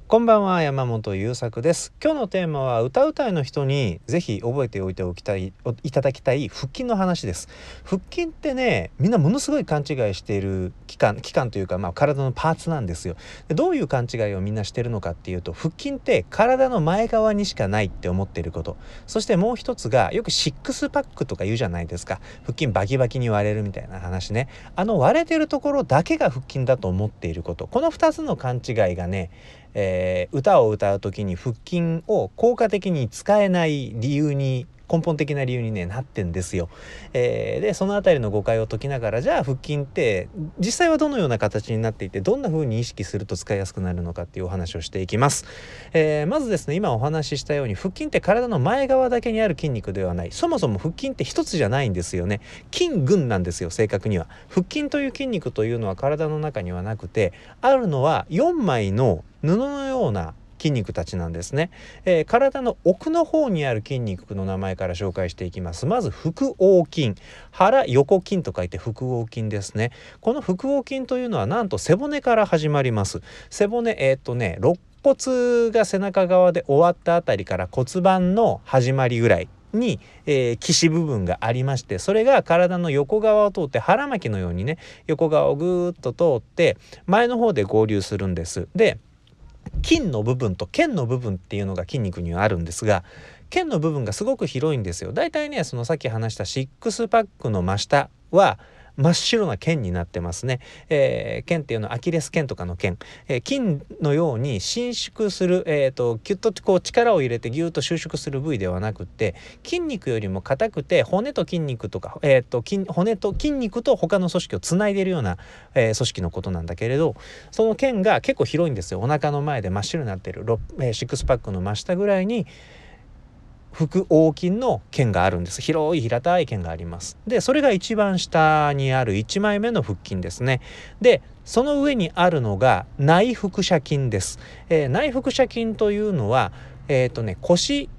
こんばんは、山本優作です。今日のテーマは歌うたいの人にぜひ覚えておいていただきたい腹筋の話です。腹筋ってね、みんなものすごい勘違いしている器官というか、体のパーツなんですよ。で、どういう勘違いをみんなしてるのかっていうと、腹筋って体の前側にしかないって思っていること。そしてもう一つが、よくシックスパックとか言うじゃないですか。腹筋バキバキに割れるみたいな話ね。割れてるところだけが腹筋だと思っていること。この2つの勘違いがね、歌を歌う時に腹筋を効果的に使えない根本的な理由に、なってんですよ。でそのあたりの誤解を解きながら、じゃあ腹筋って実際はどのような形になっていて、どんな風に意識すると使いやすくなるのかっていうお話をしていきます。まずですね、今お話ししたように腹筋って体の前側だけにある筋肉ではない。そもそも腹筋って一つじゃないんですよね。筋群なんですよ、正確には。腹筋という筋肉というのは体の中にはなくて、あるのは4枚の布のような筋肉たちなんですね。体の奥の方にある筋肉の名前から紹介していきます。まず腹横筋、腹横筋と書いて腹横筋ですね。この腹横筋というのはなんと背骨から始まります。背骨、肋骨が背中側で終わったあたりから骨盤の始まりぐらいに、基支部分がありまして、それが体の横側を通って腹巻きのようにね、横側をぐーっと通って前の方で合流するんです。で、筋の部分と腱の部分っていうのが筋肉にはあるんですが、腱の部分がすごく広いんですよ。だいたいね、そのさっき話したシックスパックの真下は真っ白な腱になってますね。腱っていうのはアキレス腱とかの腱、筋のように伸縮する、キュッとこう力を入れてギュッと収縮する部位ではなくって、筋肉よりも硬くて骨と筋肉とか、骨と筋肉と他の組織をつないでいるような、組織のことなんだけれど、その腱が結構広いんですよ。お腹の前で真っ白になっているシックスパックの真下ぐらいに腹横筋の腱があるんです。広い平たい腱があります。で、それが一番下にある1枚目の腹筋ですね。で、その上にあるのが内腹斜筋です。内腹斜筋というのは腰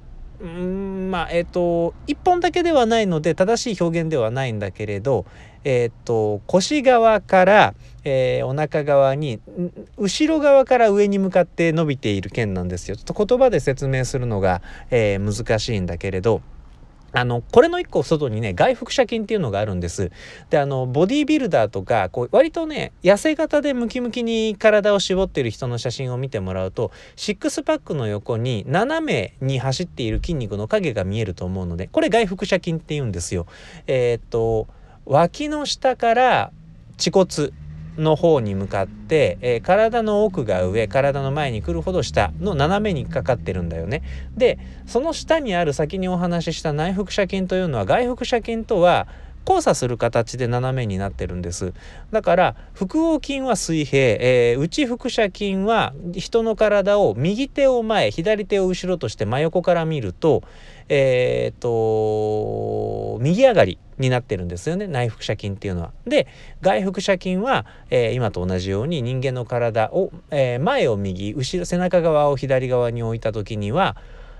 一本だけではないので正しい表現ではないんだけれど、腰側から、お腹側に後ろ側から上に向かって伸びている腱なんですよ。ちょっと言葉で説明するのが、難しいんだけれど、これの一個外にね、外腹斜筋っていうのがあるんです。で、ボディービルダーとかこう割とね、痩せ型でムキムキに体を絞っている人の写真を見てもらうと、シックスパックの横に斜めに走っている筋肉の影が見えると思うので、これ外腹斜筋っていうんですよ。脇の下から恥骨の方に向かって、体の奥が上、体の前に来るほど下の斜めにかかってるんだよね。で、その下にある先にお話しした内腹斜筋というのは外腹斜筋とは交差する形で斜めになってるんです。だから腹横筋は水平、内腹斜筋は人の体を右手を前、左手を後ろとして真横から見ると、右上がりになってるんですよね、内腹斜筋っていうのは。で、外腹斜筋は、今と同じように人間の体を、前を右、後ろ背中側を左側に置いた時には、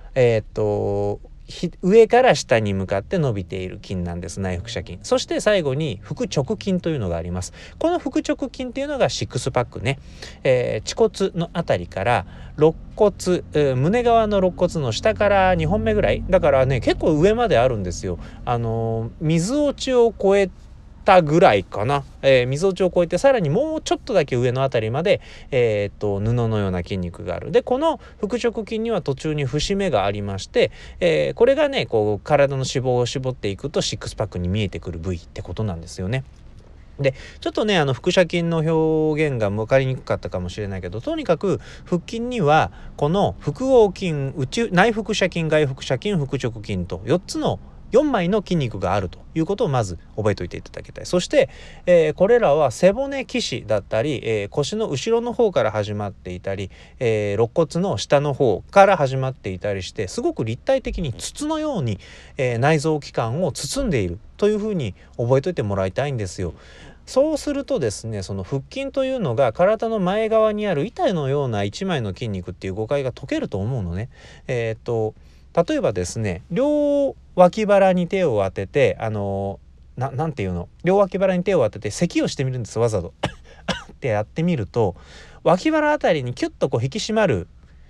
上から下に向かって伸びている筋なんです、内腹斜筋。そして最後に腹直筋というのがあります。この腹直筋っていうのがシックスパックね。恥骨のあたりから肋骨、胸側の肋骨の下から2本目ぐらいだからね、結構上まであるんですよ。水落ちを超えたぐらいかな、水落ちを超えてさらにもうちょっとだけ上のあたりまで、布のような筋肉がある。で、この腹直筋には途中に節目がありまして、これがね、こう体の脂肪を絞っていくとシックスパックに見えてくる部位ってことなんですよね。で、ちょっとね、腹斜筋の表現が分かりにくかったかもしれないけど、とにかく腹筋にはこの腹横筋、内腹斜筋、外腹斜筋、腹直筋と4枚の筋肉があるということをまず覚えておいていただきたい。そして、これらは背骨基支だったり、腰の後ろの方から始まっていたり、肋骨の下の方から始まっていたりして、すごく立体的に筒のように、内臓器官を包んでいるというふうに覚えておいてもらいたいんですよ。そうするとですね、その腹筋というのが体の前側にある板のような一枚の筋肉っていう誤解が解けると思うのね。例えばですね、両脇腹に手を当てて、なんていうの、両脇腹に手を当てて咳をしてみるんです。わざとってやってみると、脇腹あたりにキュッとこう引き締まる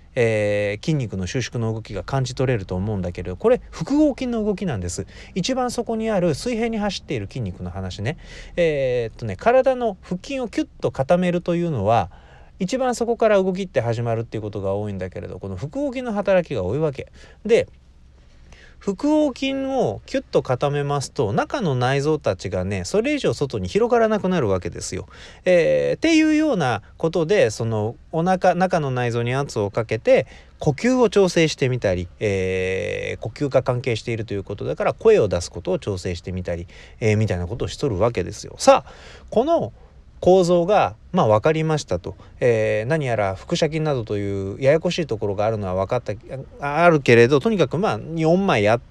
筋肉の収縮の動きが感じ取れると思うんだけど、これ複合筋の動きなんです。一番そこにある水平に走っている筋肉の話ね。体の腹筋をキュッと固めるというのは一番そこから動きって始まるっていうことが多いんだけれど、この複合筋の働きが多いわけで、複合筋をキュッと固めますと中の内臓たちがねそれ以上外に広がらなくなるわけですよ。っていうようなことで、その中の内臓に圧をかけて呼吸を調整してみたり、呼吸が関係しているということだから声を出すことを調整してみたり、みたいなことをしとるわけですよ。さあこの構造が分かりましたと、何やら腹斜筋などというややこしいところがあるのは分かったあるけれど、とにかく4枚あって、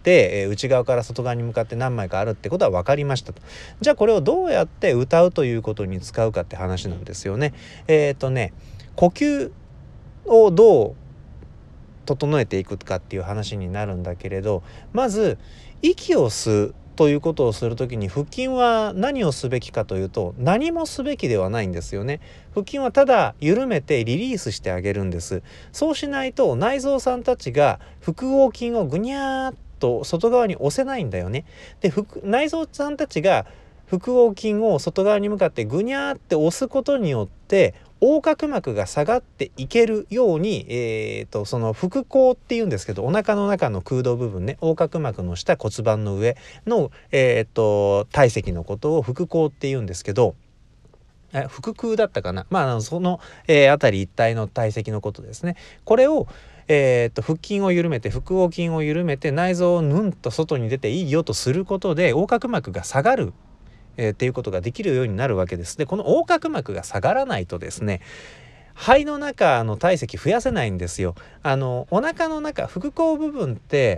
内側から外側に向かって何枚かあるってことは分かりましたと。じゃあこれをどうやって歌うということに使うかって話なんですよね。呼吸をどう整えていくかっていう話になるんだけれど、まず息を吸うということをするときに腹筋は何をすべきかというと何もすべきではないんですよね。腹筋はただ緩めてリリースしてあげるんです。そうしないと内臓さんたちが複合筋をぐにゃーっと外側に押せないんだよね。で内臓さんたちが複合筋を外側に向かってぐにゃーって押すことによって横隔膜が下がっていけるように、その腹腔っていうんですけど、お腹の中の空洞部分ね、横隔膜の下骨盤の上の、体積のことを腹腔っていうんですけど、腹腔だったかな、その、辺り一帯の体積のことですね。これを腹筋を緩めて腹横筋を緩めて内臓をヌンと外に出ていいよとすることで横隔膜が下がるっていうことができるようになるわけです。でこの横隔膜が下がらないとですね、肺の中の体積増やせないんですよ。お腹の中腹腔部分って、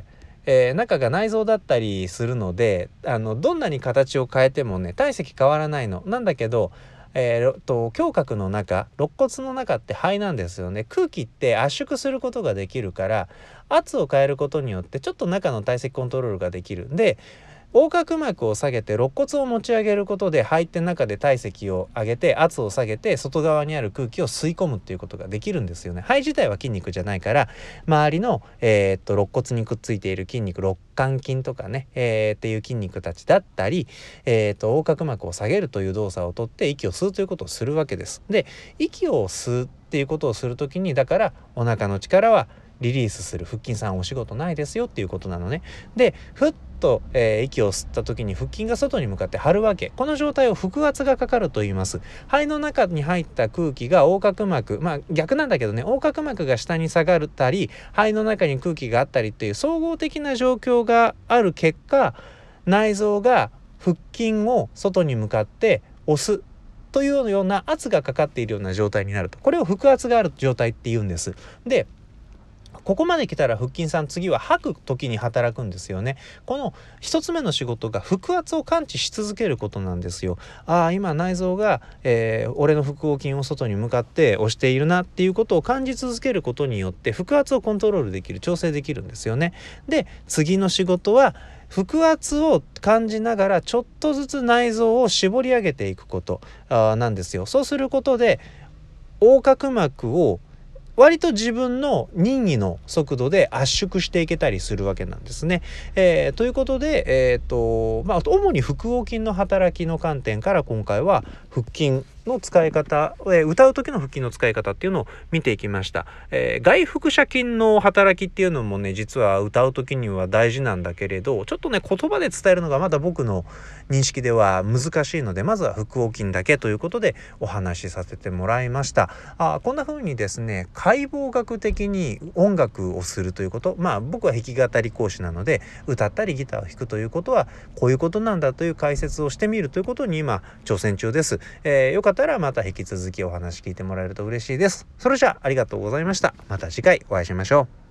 中が内臓だったりするのでどんなに形を変えてもね体積変わらないのなんだけど、胸郭の中肋骨の中って肺なんですよね。空気って圧縮することができるから圧を変えることによってちょっと中の体積コントロールができるんで、横隔膜を下げて肋骨を持ち上げることで肺って中で体積を上げて圧を下げて外側にある空気を吸い込むっていうことができるんですよね。肺自体は筋肉じゃないから周りの、肋骨にくっついている筋肉肋間筋とかね、っていう筋肉たちだったり、横隔膜を下げるという動作をとって息を吸うということをするわけです。で息を吸うっていうことをするときにだからお腹の力はリリースする。腹筋さんお仕事ないですよっていうことなのね。でふっと、息を吸った時に腹筋が外に向かって張るわけ。この状態を腹圧がかかると言います。肺の中に入った空気が横隔膜逆なんだけどね、横隔膜が下に下がったり肺の中に空気があったりっていう総合的な状況がある結果、内臓が腹筋を外に向かって押すというような圧がかかっているような状態になると、これを腹圧がある状態って言うんです。でここまで来たら腹筋さん次は吐く時に働くんですよね。この一つ目の仕事が腹圧を感知し続けることなんですよ。今内臓が、俺の腹横筋を外に向かって押しているなっていうことを感じ続けることによって腹圧をコントロールできる、調整できるんですよね。で次の仕事は腹圧を感じながらちょっとずつ内臓を絞り上げていくことなんですよ。そうすることで横隔膜を割と自分の任意の速度で圧縮していけたりするわけなんですね。ということで、主に腹横筋の働きの観点から今回は腹筋の使い方、歌う時の腹筋の使い方っていうのを見ていきました。外腹斜筋の働きっていうのもね実は歌う時には大事なんだけれど、ちょっとね言葉で伝えるのがまだ僕の認識では難しいので、まずは腹横筋だけということでお話しさせてもらいました。こんな風にですね解剖学的に音楽をするということ、僕は弾き語り講師なので歌ったりギターを弾くということはこういうことなんだという解説をしてみるということに今挑戦中です。よかったらまた引き続きお話聞いてもらえると嬉しいです。それじゃありがとうございました。また次回お会いしましょう。